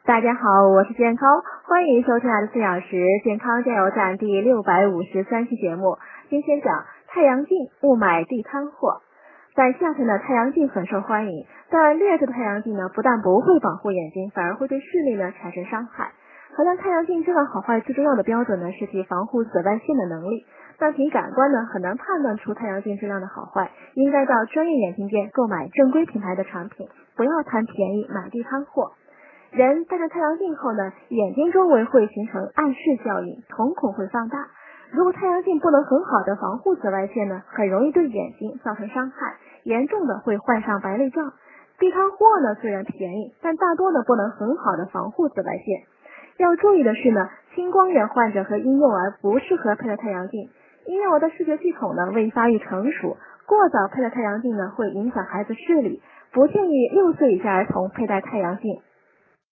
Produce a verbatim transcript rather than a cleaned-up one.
大家好，我是健康，欢迎收听二十四小时健康加油站第六百五十三期节目。今天讲太阳镜勿买地摊货。在夏天的太阳镜很受欢迎，但劣质的太阳镜呢，不但不会保护眼睛，反而会对视力呢产生伤害。衡量太阳镜质量好坏最重要的标准呢，是其防护紫外线的能力。那凭感官呢，很难判断出太阳镜质量的好坏，应该到专业眼镜店购买正规品牌的产品，不要贪便宜买地摊货。人戴上太阳镜后呢，眼睛周围会形成暗视效应，瞳孔会放大。如果太阳镜不能很好的防护紫外线呢，很容易对眼睛造成伤害，严重的会患上白内障。地摊货呢虽然便宜，但大多呢不能很好的防护紫外线。要注意的是呢，青光眼患者和婴幼儿不适合佩戴太阳镜。婴幼儿的视觉系统呢未发育成熟，过早佩戴太阳镜呢会影响孩子视力，不建议六岁以下儿童佩戴太阳镜。